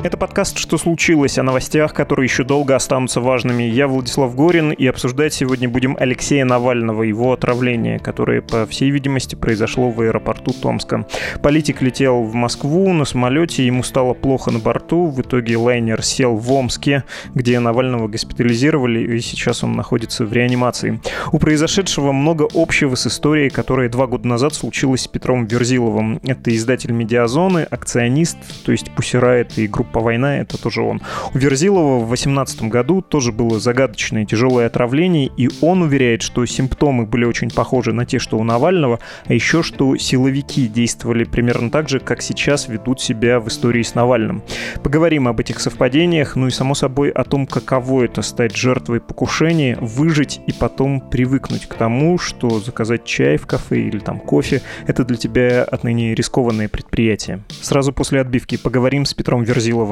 Это подкаст «Что случилось?» о новостях, которые еще долго останутся важными. Я Владислав Горин, и обсуждать сегодня будем Алексея Навального, его отравление, которое, по всей видимости, произошло в аэропорту Томска. Политик летел в Москву на самолете, ему стало плохо на борту. В итоге лайнер сел в Омске, где Навального госпитализировали, и сейчас он находится в реанимации. У произошедшего много общего с историей, которая 2 года назад случилась с Петром Верзиловым. Это издатель «Медиазоны», акционист, то есть Pussy Riot и группа «Война» — это тоже он. У Верзилова в 2018 году тоже было загадочное тяжелое отравление, и он уверяет, что симптомы были очень похожи на те, что у Навального, а еще что силовики действовали примерно так же, как сейчас ведут себя в истории с Навальным. Поговорим об этих совпадениях, ну и, само собой, о том, каково это — стать жертвой покушения, выжить и потом привыкнуть к тому, что заказать чай в кафе или там кофе — это для тебя отныне рискованное предприятие. Сразу после отбивки поговорим с Петром Верзиловым.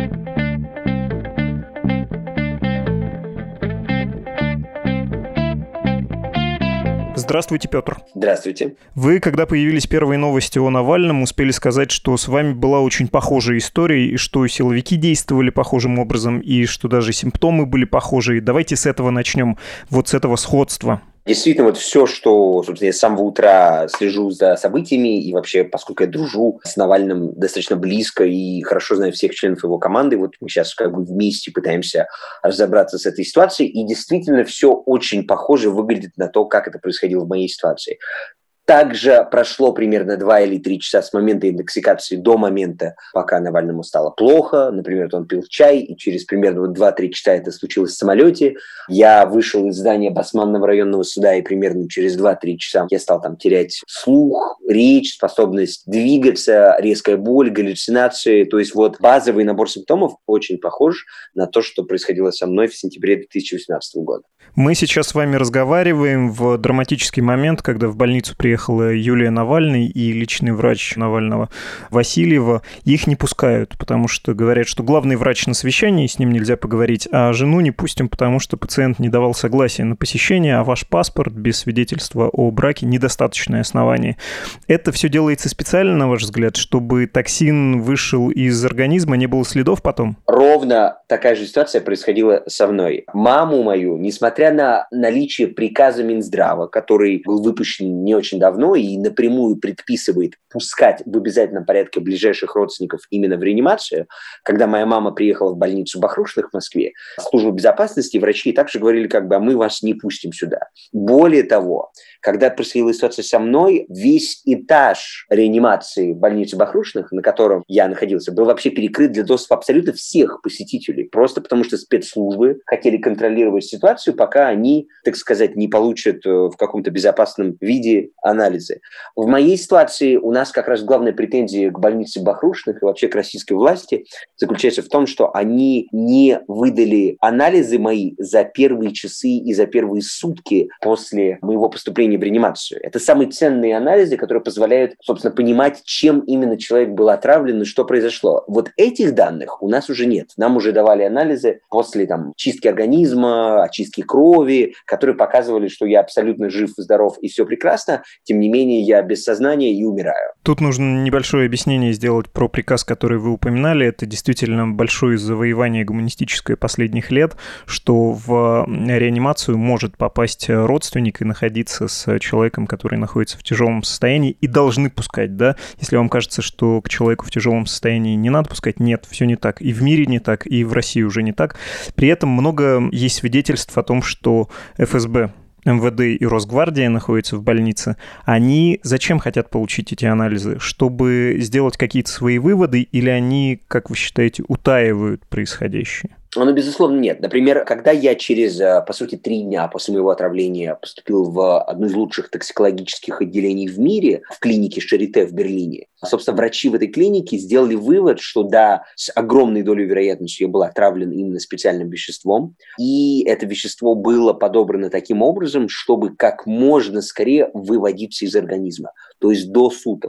Здравствуйте, Петр. Здравствуйте. Вы, когда появились первые новости о Навальном, успели сказать, что с вами была очень похожая история, и что силовики действовали похожим образом, и что даже симптомы были похожие. Давайте с этого начнем, вот с этого сходства. Действительно, вот все, что, собственно, я с самого утра слежу за событиями, и вообще, поскольку я дружу с Навальным достаточно близко и хорошо знаю всех членов его команды, вот мы сейчас как бы вместе пытаемся разобраться с этой ситуацией, и действительно все очень похоже выглядит на то, как это происходило в моей ситуации. Также прошло примерно 2 или 3 часа с момента интоксикации до момента, пока Навальному стало плохо. Например, он пил чай, и через примерно 2-3 часа это случилось в самолете. Я вышел из здания Басманного районного суда, и примерно через 2-3 часа я стал там терять слух, речь, способность двигаться, резкая боль, галлюцинации. То есть вот базовый набор симптомов очень похож на то, что происходило со мной в сентябре 2018 года. Мы сейчас с вами разговариваем в драматический момент, когда в больницу приехала Юлия Навальный и личный врач Навального Васильева. Их не пускают, потому что говорят, что главный врач на совещании, с ним нельзя поговорить, а жену не пустим, потому что пациент не давал согласия на посещение, а ваш паспорт без свидетельства о браке — недостаточное основание. Это все делается специально, на ваш взгляд, чтобы токсин вышел из организма, не было следов потом? Ровно такая же ситуация происходила со мной. Маму мою, несмотря на наличие приказа Минздрава, который был выпущен не очень давно и напрямую предписывает пускать в обязательном порядке ближайших родственников именно в реанимацию, когда моя мама приехала в больницу Бахрушных в Москве, служба безопасности, врачи также говорили, как бы, а мы вас не пустим сюда. Более того, когда происходила ситуация со мной, весь этаж реанимации больницы Бахрушных, на котором я находился, был вообще перекрыт для доступа абсолютно всех посетителей, просто потому что спецслужбы хотели контролировать ситуацию, пока они, так сказать, не получат в каком-то безопасном виде анализы. В моей ситуации у нас как раз главная претензия к больнице Бахрушных и вообще к российской власти заключается в том, что они не выдали анализы мои за первые часы и за первые сутки после моего поступления в реанимацию. Это самые ценные анализы, которые позволяют, собственно, понимать, чем именно человек был отравлен и что произошло. Вот этих данных у нас уже нет. Нам уже давали анализы после чистки организма, очистки крови, которые показывали, что я абсолютно жив, здоров и все прекрасно. Тем не менее, я без сознания и умираю. Тут нужно небольшое объяснение сделать про приказ, который вы упоминали. Это действительно большое завоевание гуманистическое последних лет, что в реанимацию может попасть родственник и находиться с человеком, который находится в тяжелом состоянии, и должны пускать, да? Если вам кажется, что к человеку в тяжелом состоянии не надо пускать, нет, все не так. И в мире не так, и в России уже не так. При этом много есть свидетельств о том, что ФСБ, МВД и Росгвардия находятся в больнице. Они зачем хотят получить эти анализы? Чтобы сделать какие-то свои выводы, или они, как вы считаете, утаивают происходящее? Ну, безусловно, нет. Например, когда я через, по сути, 3 дня после моего отравления поступил в одно из лучших токсикологических отделений в мире, в клинике Шарите в Берлине, собственно, врачи в этой клинике сделали вывод, что да, с огромной долей вероятности я был отравлен именно специальным веществом, и это вещество было подобрано таким образом, чтобы как можно скорее выводиться из организма, то есть до суток.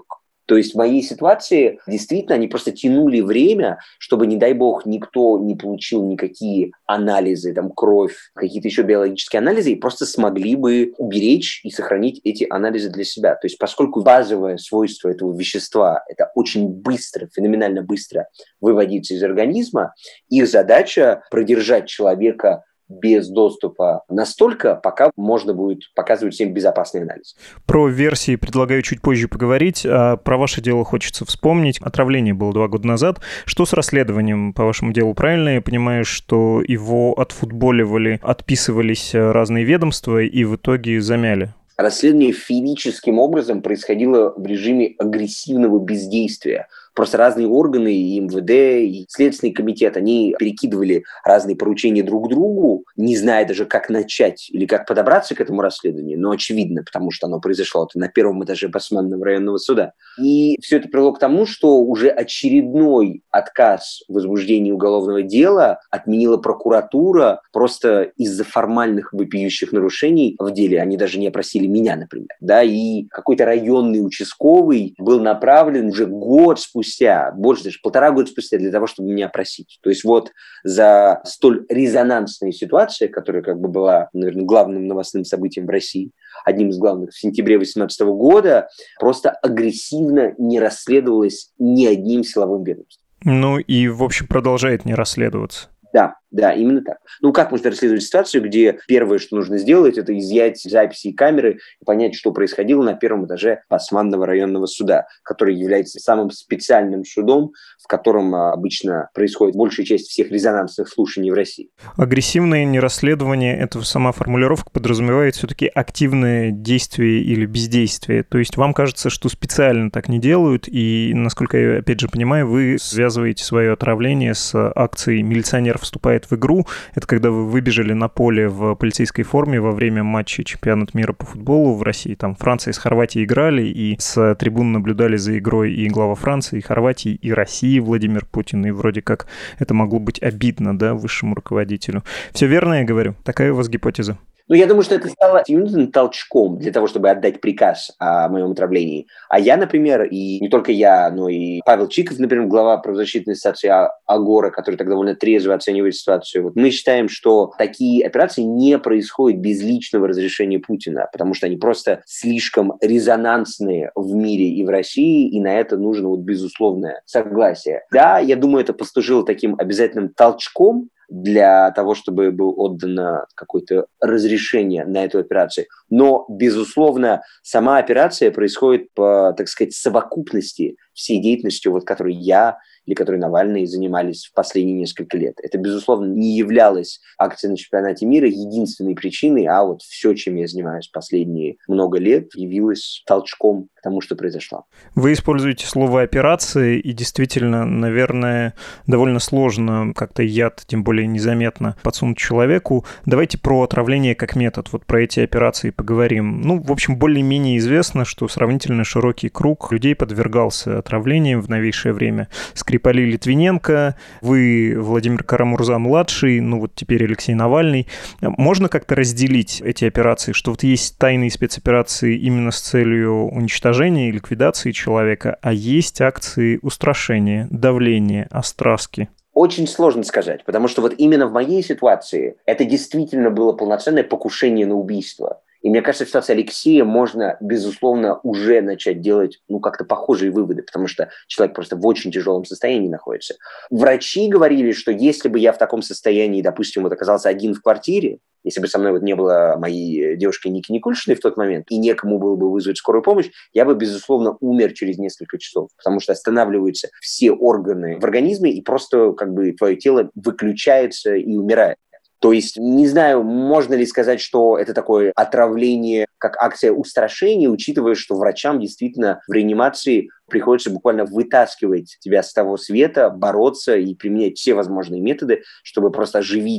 То есть в моей ситуации действительно они просто тянули время, чтобы, не дай бог, никто не получил никакие анализы, там, кровь, какие-то еще биологические анализы, и просто смогли бы уберечь и сохранить эти анализы для себя. То есть поскольку базовое свойство этого вещества – это очень быстро, феноменально быстро выводиться из организма, их задача продержать человека без доступа настолько, пока можно будет показывать всем безопасный анализ. Про версии предлагаю чуть позже поговорить, а про ваше дело хочется вспомнить. Отравление было 2 года назад. Что с расследованием по вашему делу? Правильно я понимаю, что его отфутболивали, отписывались разные ведомства и в итоге замяли? Расследование феерическим образом происходило в режиме агрессивного бездействия. Просто разные органы, и МВД, и Следственный комитет, они перекидывали разные поручения друг другу, не зная даже, как начать или как подобраться к этому расследованию, но очевидно, потому что оно произошло на 1-м этаже Басманного районного суда. И все это привело к тому, что уже очередной отказ в возбуждении уголовного дела отменила прокуратура просто из-за формальных вопиющих нарушений в деле. Они даже не опросили меня, например. Да, и какой-то районный участковый был направлен уже год спустя, больше даже 1,5 года спустя, для того, чтобы меня опросить. То есть вот за столь резонансная ситуация, которая как бы была, наверное, главным новостным событием в России, одним из главных в сентябре 2018 года, просто агрессивно не расследовалось ни одним силовым ведомством. Ну и, в общем, продолжает не расследоваться. Да, именно так. Ну, как можно расследовать ситуацию, где первое, что нужно сделать, это изъять записи и камеры и понять, что происходило на 1-м этаже Басманного районного суда, который является самым специальным судом, в котором обычно происходит большая часть всех резонансных слушаний в России. Агрессивное нерасследование, это сама формулировка подразумевает все-таки активное действие или бездействие. То есть вам кажется, что специально так не делают, и, насколько я, опять же, понимаю, вы связываете свое отравление с акцией «Милиционер вступает в игру». Это когда вы выбежали на поле в полицейской форме во время матча чемпионата мира по футболу в России. Там Франция с Хорватией играли, и с трибун наблюдали за игрой и глава Франции, и Хорватии, и России Владимир Путин. И вроде как это могло быть обидно, да, высшему руководителю. Все верно я говорю? Такая у вас гипотеза? Ну, я думаю, что это стало толчком для того, чтобы отдать приказ о моем отравлении. А я, например, и не только я, но и Павел Чиков, например, глава правозащитной ассоциации «Агора», который так довольно трезво оценивает ситуацию. Вот мы считаем, что такие операции не происходят без личного разрешения Путина, потому что они просто слишком резонансные в мире и в России, и на это нужно вот безусловное согласие. Да, я думаю, это послужило таким обязательным толчком для того, чтобы было отдано какое-то разрешение на эту операцию. Но, безусловно, сама операция происходит по, так сказать, совокупности всей деятельностью, вот, которой я или которой Навальный занимались в последние несколько лет. Это, безусловно, не являлось акцией на чемпионате мира единственной причиной, а вот все, чем я занимаюсь последние много лет, явилось толчком к тому, что произошло. Вы используете слово «операция», и действительно, наверное, довольно сложно как-то яд, тем более незаметно, подсунуть человеку. Давайте про отравление как метод, вот про эти операции поговорим. Ну, в общем, более-менее известно, что сравнительно широкий круг людей подвергался отравлениям в новейшее время. Скрипали Литвиненко, вы, Владимир Карамурза-младший, ну вот теперь Алексей Навальный. Можно как-то разделить эти операции, что вот есть тайные спецоперации именно с целью уничтожения и ликвидации человека, а есть акции устрашения, давления, остраски? Очень сложно сказать, потому что вот именно в моей ситуации это действительно было полноценное покушение на убийство. И мне кажется, в ситуации Алексея можно, безусловно, уже начать делать, ну, как-то похожие выводы, потому что человек просто в очень тяжелом состоянии находится. Врачи говорили, что если бы я в таком состоянии, допустим, вот оказался один в квартире, если бы со мной вот не было моей девушки Ники Никульшиной в тот момент, и некому было бы вызвать скорую помощь, я бы, безусловно, умер через несколько часов, потому что останавливаются все органы в организме, и просто как бы твое тело выключается и умирает. То есть, не знаю, можно ли сказать, что это такое отравление, как акция устрашения, учитывая, что врачам действительно в реанимации приходится буквально вытаскивать тебя с того света, бороться и применять все возможные методы, чтобы просто оживить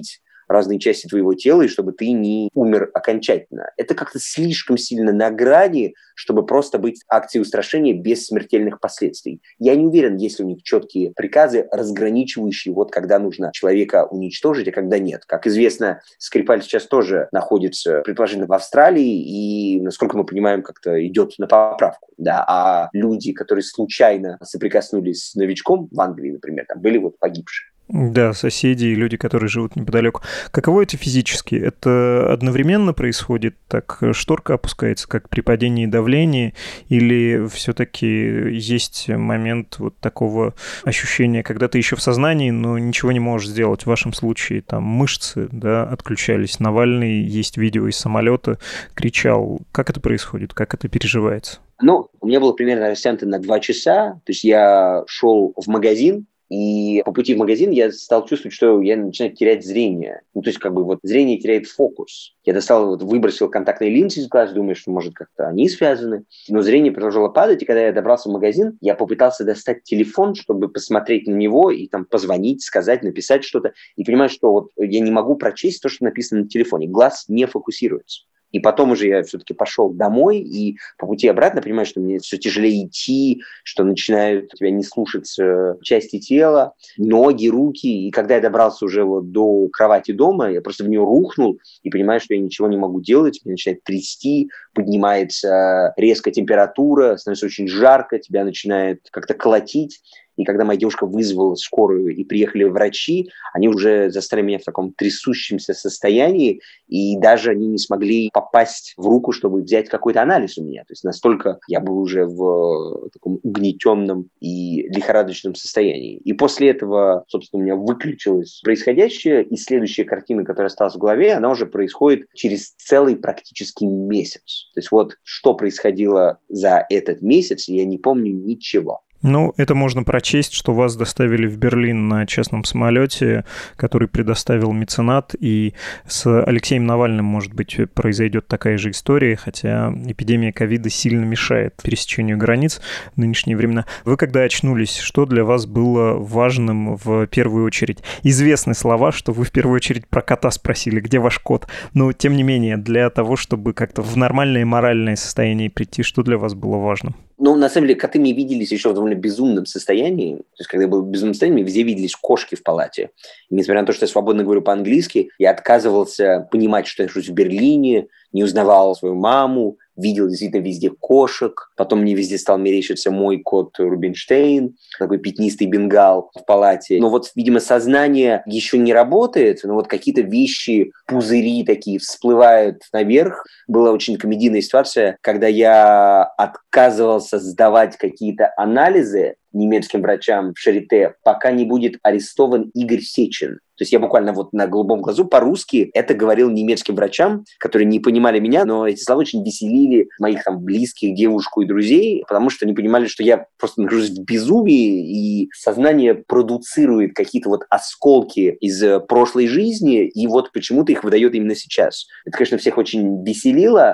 разные части твоего тела, и чтобы ты не умер окончательно. Это как-то слишком сильно на грани, чтобы просто быть акцией устрашения без смертельных последствий. Я не уверен, есть ли у них четкие приказы, разграничивающие, вот когда нужно человека уничтожить, а когда нет. Как известно, Скрипаль сейчас тоже находится, предположительно, в Австралии, и, насколько мы понимаем, как-то идет на поправку. Да? А люди, которые случайно соприкоснулись с новичком в Англии, например, там были вот погибшие. Да, соседи и люди, которые живут неподалеку. Каково это физически? Это одновременно происходит? Так шторка опускается, как при падении давления? Или все-таки есть момент вот такого ощущения, когда ты еще в сознании, но ничего не можешь сделать? В вашем случае там мышцы, да, отключались. Навальный, есть видео из самолета, кричал. Как это происходит? Как это переживается? Ну, у меня было примерно растянуто на 2 часа. То есть я шел в магазин, и по пути в магазин я стал чувствовать, что я начинаю терять зрение. Ну, то есть, как бы, вот зрение теряет фокус. Я достал, вот, выбросил контактные линзы из глаз, думаю, что, может, как-то они связаны. Но зрение продолжало падать, и когда я добрался в магазин, я попытался достать телефон, чтобы посмотреть на него и там позвонить, сказать, написать что-то. И понимаю, что вот я не могу прочесть то, что написано на телефоне. Глаз не фокусируется. И потом уже я все-таки пошел домой, и по пути обратно понимаю, что мне все тяжелее идти, что начинают тебя не слушаться части тела, ноги, руки. И когда я добрался уже вот до кровати дома, я просто в нее рухнул и понимаю, что я ничего не могу делать, меня начинает трясти, поднимается резко температура, становится очень жарко, тебя начинает как-то колотить. И когда моя девушка вызвала скорую и приехали врачи, они уже застали меня в таком трясущемся состоянии, и даже они не смогли попасть в руку, чтобы взять какой-то анализ у меня. То есть настолько я был уже в таком угнетенном и лихорадочном состоянии. И после этого, собственно, у меня выключилось происходящее, и следующая картина, которая осталась в голове, она уже происходит через целый практически месяц. То есть вот что происходило за этот месяц, я не помню ничего. Ну, это можно прочесть, что вас доставили в Берлин на частном самолете, который предоставил меценат, и с Алексеем Навальным, может быть, произойдет такая же история, хотя эпидемия ковида сильно мешает пересечению границ в нынешние времена. Вы когда очнулись, что для вас было важным в первую очередь? Известны слова, что вы в первую очередь про кота спросили, где ваш кот, но, тем не менее, для того, чтобы как-то в нормальное моральное состояние прийти, что для вас было важным? Ну, на самом деле, коты мне виделись еще в довольно безумном состоянии. То есть, когда я был в безумном состоянии, везде виделись кошки в палате. И, несмотря на то, что я свободно говорю по-английски, я отказывался понимать, что я нахожусь в Берлине, не узнавал свою маму, видел действительно везде кошек. Потом мне везде стал мерещиться мой кот Рубинштейн, такой пятнистый бенгал в палате. Но вот, видимо, сознание еще не работает, но вот какие-то вещи, пузыри такие всплывают наверх. Была очень комедийная ситуация, когда я отказывался сдавать какие-то анализы немецким врачам в Шарите, пока не будет арестован Игорь Сечин. То есть я буквально вот на голубом глазу по-русски это говорил немецким врачам, которые не понимали меня, но эти слова очень веселили моих там близких, девушку и друзей, потому что они понимали, что я просто нахожусь в безумии, и сознание продуцирует какие-то вот осколки из прошлой жизни, и вот почему-то их выдает именно сейчас. Это, конечно, всех очень веселило,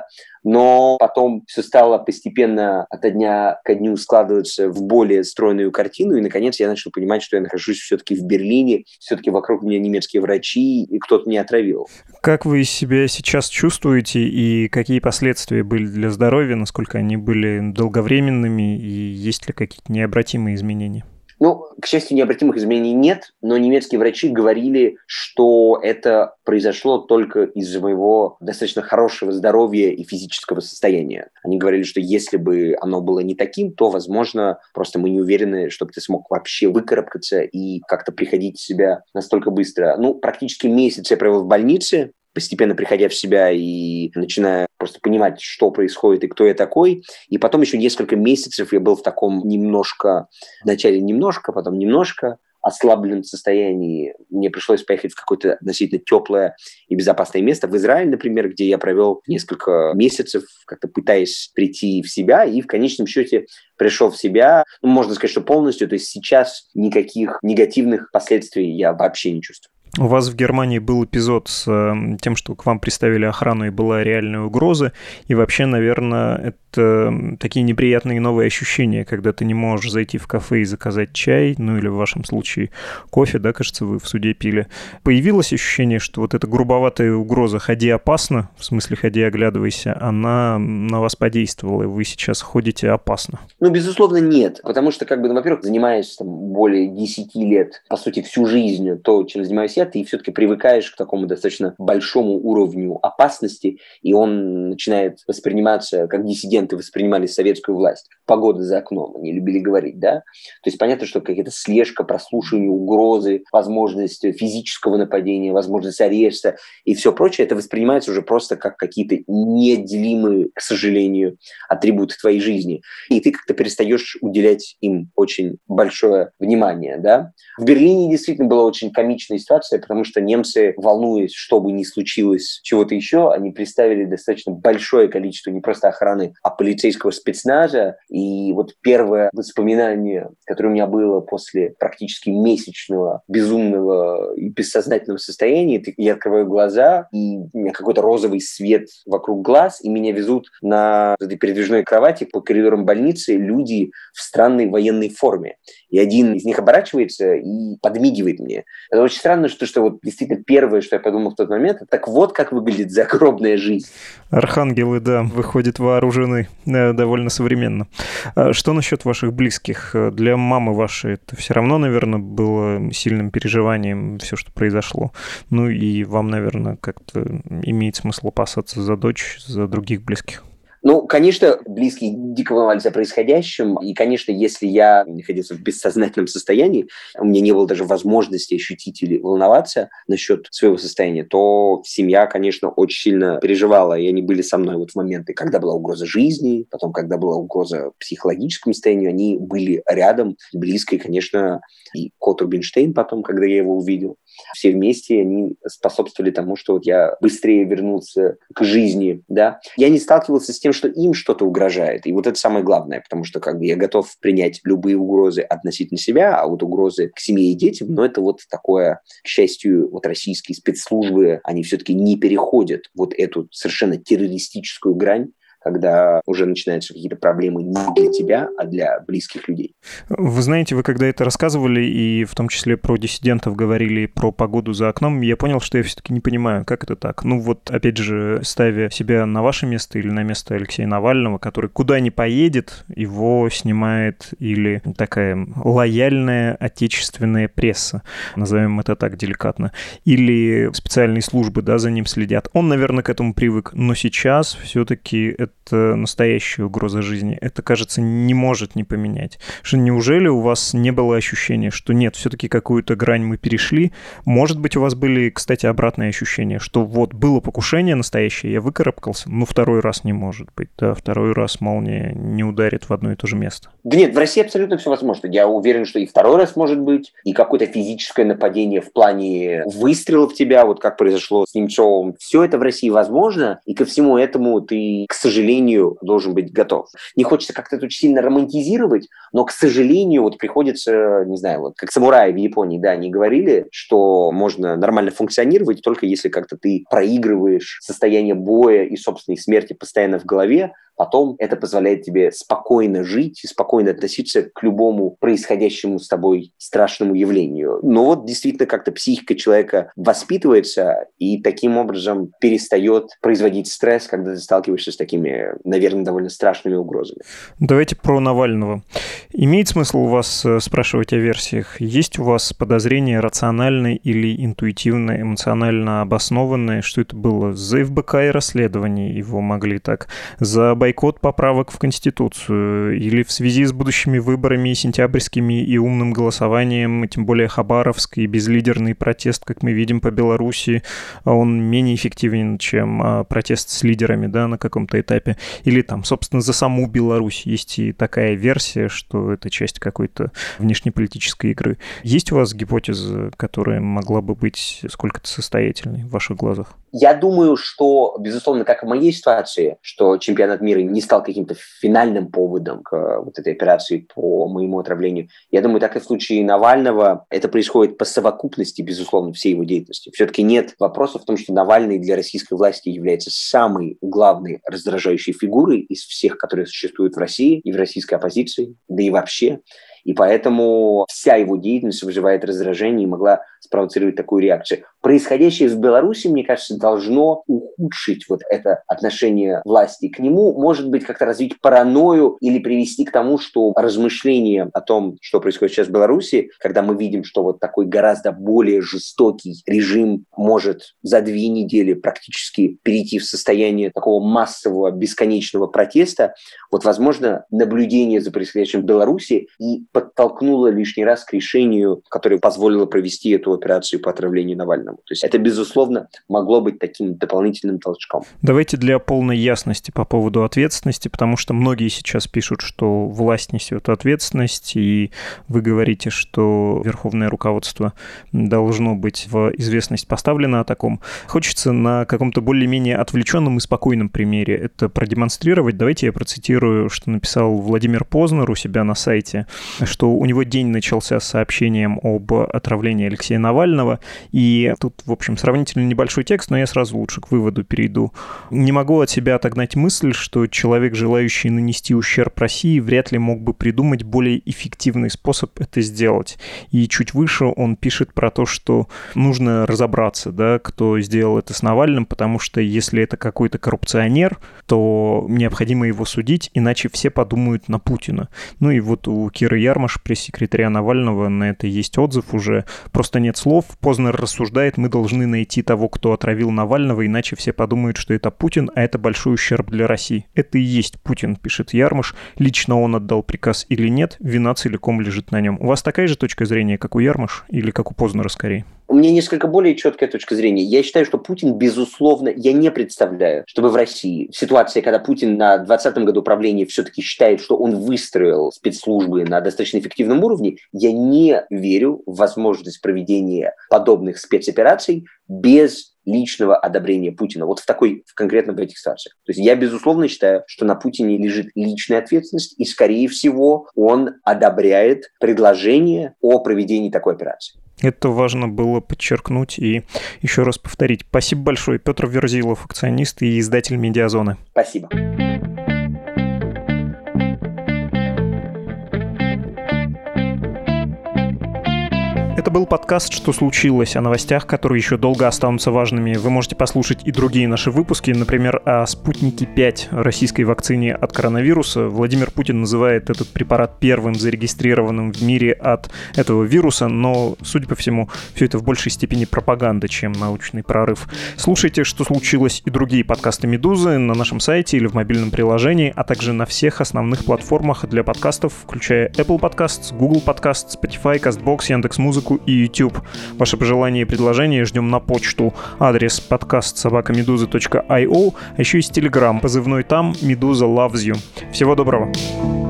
но потом все стало постепенно ото дня ко дню складываться в более стройную картину, и, наконец, я начал понимать, что я нахожусь все-таки в Берлине, все-таки вокруг меня немецкие врачи, и кто-то меня отравил. Как вы себя сейчас чувствуете, и какие последствия были для здоровья, насколько они были долговременными, и есть ли какие-то необратимые изменения? Ну, к счастью, необратимых изменений нет, но немецкие врачи говорили, что это произошло только из-за моего достаточно хорошего здоровья и физического состояния. Они говорили, что если бы оно было не таким, то, возможно, просто мы не уверены, чтобы ты смог вообще выкарабкаться и как-то приходить в себя настолько быстро. Ну, практически месяц я провел в больнице, постепенно приходя в себя и начиная просто понимать, что происходит и кто я такой. И потом еще несколько месяцев я был в таком вначале немножко, потом немножко ослабленном состоянии. Мне пришлось поехать в какое-то относительно теплое и безопасное место, в Израиль, например, где я провел несколько месяцев, как-то пытаясь прийти в себя, и в конечном счете пришел в себя. Ну, можно сказать, что полностью. То есть сейчас никаких негативных последствий я вообще не чувствую. У вас в Германии был эпизод с тем, что к вам приставили охрану и была реальная угроза. И вообще, наверное, это такие неприятные новые ощущения, когда ты не можешь зайти в кафе и заказать чай, ну или в вашем случае кофе, да, кажется, вы в суде пили. Появилось ощущение, что вот эта грубоватая угроза «ходи опасно», в смысле «ходи оглядывайся», она на вас подействовала, и вы сейчас ходите опасно? Ну, безусловно, нет. Потому что, во-первых, занимаешься более 10 лет, по сути, всю жизнь, то, чем занимаюсь я, ты все-таки привыкаешь к такому достаточно большому уровню опасности, и он начинает восприниматься, как диссиденты воспринимали советскую власть. Погода за окном, они любили говорить, да? То есть понятно, что какая-то слежка, прослушивание, угрозы, возможность физического нападения, возможность ареста и все прочее, это воспринимается уже просто как какие-то неотделимые, к сожалению, атрибуты твоей жизни. И ты как-то перестаешь уделять им очень большое внимание, да? В Берлине действительно была очень комичная ситуация, потому что немцы, волнуясь, что бы ни случилось чего-то еще, они представили достаточно большое количество не просто охраны, а полицейского спецназа. И вот первое воспоминание, которое у меня было после практически месячного безумного и бессознательного состояния, я открываю глаза, и у меня какой-то розовый свет вокруг глаз, и меня везут на этой передвижной кровати по коридорам больницы люди в странной военной форме. И один из них оборачивается и подмигивает мне. Это очень странно, что вот действительно первое, что я подумал в тот момент, так вот как выглядит загробная жизнь. Архангелы, да, выходят вооружены довольно современно. Что насчет ваших близких? Для мамы вашей это все равно, наверное, было сильным переживанием все, что произошло. Ну и вам, наверное, как-то имеет смысл опасаться за дочь, за других близких. Ну, конечно, близкие дико волновались о происходящем, и, конечно, если я находился в бессознательном состоянии, у меня не было даже возможности ощутить или волноваться насчет своего состояния, то семья, конечно, очень сильно переживала, и они были со мной вот в моменты, когда была угроза жизни, потом, когда была угроза психологическому состоянию, они были рядом, близко, и, конечно, и Кот Рубинштейн потом, когда я его увидел. Все вместе они способствовали тому, что вот я быстрее вернулся к жизни, да. Я не сталкивался с тем, что им что-то угрожает. И вот это самое главное, потому что я готов принять любые угрозы относительно себя, а вот угрозы к семье и детям, но это вот такое, к счастью, вот российские спецслужбы, они все-таки не переходят вот эту совершенно террористическую грань, когда уже начинаются какие-то проблемы не для тебя, а для близких людей. Вы знаете, вы когда это рассказывали, и в том числе про диссидентов говорили, про погоду за окном, я понял, что я все-таки не понимаю, как это так. Ну вот, опять же, ставя себя на ваше место или на место Алексея Навального, который куда ни поедет, его снимает или такая лояльная отечественная пресса, назовем это так деликатно, или специальные службы, да, за ним следят. Он, наверное, к этому привык, но сейчас все-таки это настоящая угроза жизни. Это, кажется, не может не поменять. Что неужели у вас не было ощущения, что нет, все-таки какую-то грань мы перешли? Может быть, у вас были, кстати, обратные ощущения, что вот было покушение настоящее, я выкарабкался, но второй раз не может быть. Да, второй раз молния не ударит в одно и то же место. Да нет, в России абсолютно все возможно. Я уверен, что и второй раз может быть, и какое-то физическое нападение в плане выстрела в тебя, вот как произошло с Немцовым. Все это в России возможно, и ко всему этому ты, к сожалению, должен быть готов. Не хочется как-то это очень сильно романтизировать, но, к сожалению, вот приходится, не знаю, вот как самураи в Японии, да, они говорили, что можно нормально функционировать только если как-то ты проигрываешь состояние боя и собственной смерти постоянно в голове, потом это позволяет тебе спокойно жить и спокойно относиться к любому происходящему с тобой страшному явлению. Но вот действительно как-то психика человека воспитывается и таким образом перестает производить стресс, когда ты сталкиваешься с такими, наверное, довольно страшными угрозами. Давайте про Навального. Имеет смысл у вас спрашивать о версиях? Есть у вас подозрения рациональные или интуитивно, эмоционально обоснованные, что это было за ФБК и расследование его могли так, за бойкот поправок в Конституцию или в связи с будущими выборами сентябрьскими и умным голосованием, тем более Хабаровск и безлидерный протест, как мы видим по Беларуси, он менее эффективен, чем протест с лидерами, да, на каком-то этапе. Или там, собственно, за саму Беларусь есть и такая версия, что это часть какой-то внешнеполитической игры. Есть у вас гипотеза, которая могла бы быть сколько-то состоятельной в ваших глазах? Я думаю, что, безусловно, как в моей ситуации, что чемпионат мира мира не стал каким-то финальным поводом к вот этой операции по моему отравлению. Я думаю, так и в случае Навального это происходит по совокупности, безусловно, всей его деятельности. Все-таки нет вопроса в том, что Навальный для российской власти является самой главной раздражающей фигурой из всех, которые существуют в России и в российской оппозиции, да и вообще. И поэтому вся его деятельность вызывает раздражение и могла спровоцировать такую реакцию. Происходящее в Беларуси, мне кажется, должно ухудшить вот это отношение власти к нему, может быть, как-то развить паранойю или привести к тому, что размышления о том, что происходит сейчас в Беларуси, когда мы видим, что вот такой гораздо более жестокий режим может за 2 недели практически перейти в состояние такого массового, бесконечного протеста, вот, возможно, наблюдение за происходящим в Беларуси и подтолкнуло лишний раз к решению, которое позволило провести эту операцию по отравлению Навального. То есть это, безусловно, могло быть таким дополнительным толчком. Давайте для полной ясности по поводу ответственности, потому что многие сейчас пишут, что власть несет ответственность, и вы говорите, что верховное руководство должно быть в известность поставлено о таком. Хочется на каком-то более-менее отвлеченном и спокойном примере это продемонстрировать. Давайте я процитирую, что написал Владимир Познер у себя на сайте, что у него день начался с сообщением об отравлении Алексея Навального. И тут, в общем, сравнительно небольшой текст, но я сразу лучше к выводу перейду. Не могу от себя отогнать мысль, что человек, желающий нанести ущерб России, вряд ли мог бы придумать более эффективный способ это сделать. И чуть выше он пишет про то, что нужно разобраться, да, кто сделал это с Навальным, потому что если это какой-то коррупционер, то необходимо его судить, иначе все подумают на Путина. Ну и вот у Киры Ярмаш, пресс-секретаря Навального, на это есть отзыв уже. Просто нет слов. Познер рассуждает, мы должны найти того, кто отравил Навального, иначе все подумают, что это Путин, а это большой ущерб для России. Это и есть Путин, пишет Ярмаш. Лично он отдал приказ или нет, вина целиком лежит на нем. У вас такая же точка зрения, как у Ярмаш, или как у Познера скорее? У меня несколько более четкая точка зрения. Я считаю, что Путин, безусловно, я не представляю, чтобы в России, в ситуации, когда Путин на 2020 году правления все-таки считает, что он выстроил спецслужбы на достаточно эффективном уровне, я не верю в возможность проведения подобных спецопераций без личного одобрения Путина. Вот конкретно в этих ситуациях. То есть я, безусловно, считаю, что на Путине лежит личная ответственность, и, скорее всего, он одобряет предложение о проведении такой операции. Это важно было подчеркнуть и еще раз повторить. Спасибо большое. Петр Верзилов, акционист и издатель «Медиазоны». Спасибо. Это был подкаст «Что случилось?», о новостях, которые еще долго останутся важными. Вы можете послушать и другие наши выпуски, например, о «Спутнике-5», российской вакцине от коронавируса. Владимир Путин называет этот препарат первым зарегистрированным в мире от этого вируса, но, судя по всему, все это в большей степени пропаганда, чем научный прорыв. Слушайте «Что случилось?» и другие подкасты «Медузы» на нашем сайте или в мобильном приложении, а также на всех основных платформах для подкастов, включая Apple Podcasts, Google Podcasts, Spotify, CastBox, Яндекс.Музыку и YouTube. Ваши пожелания и предложения ждем на почту. Адрес подкаст@meduza.io, а еще есть Telegram, позывной там Meduza Loves You. Всего доброго.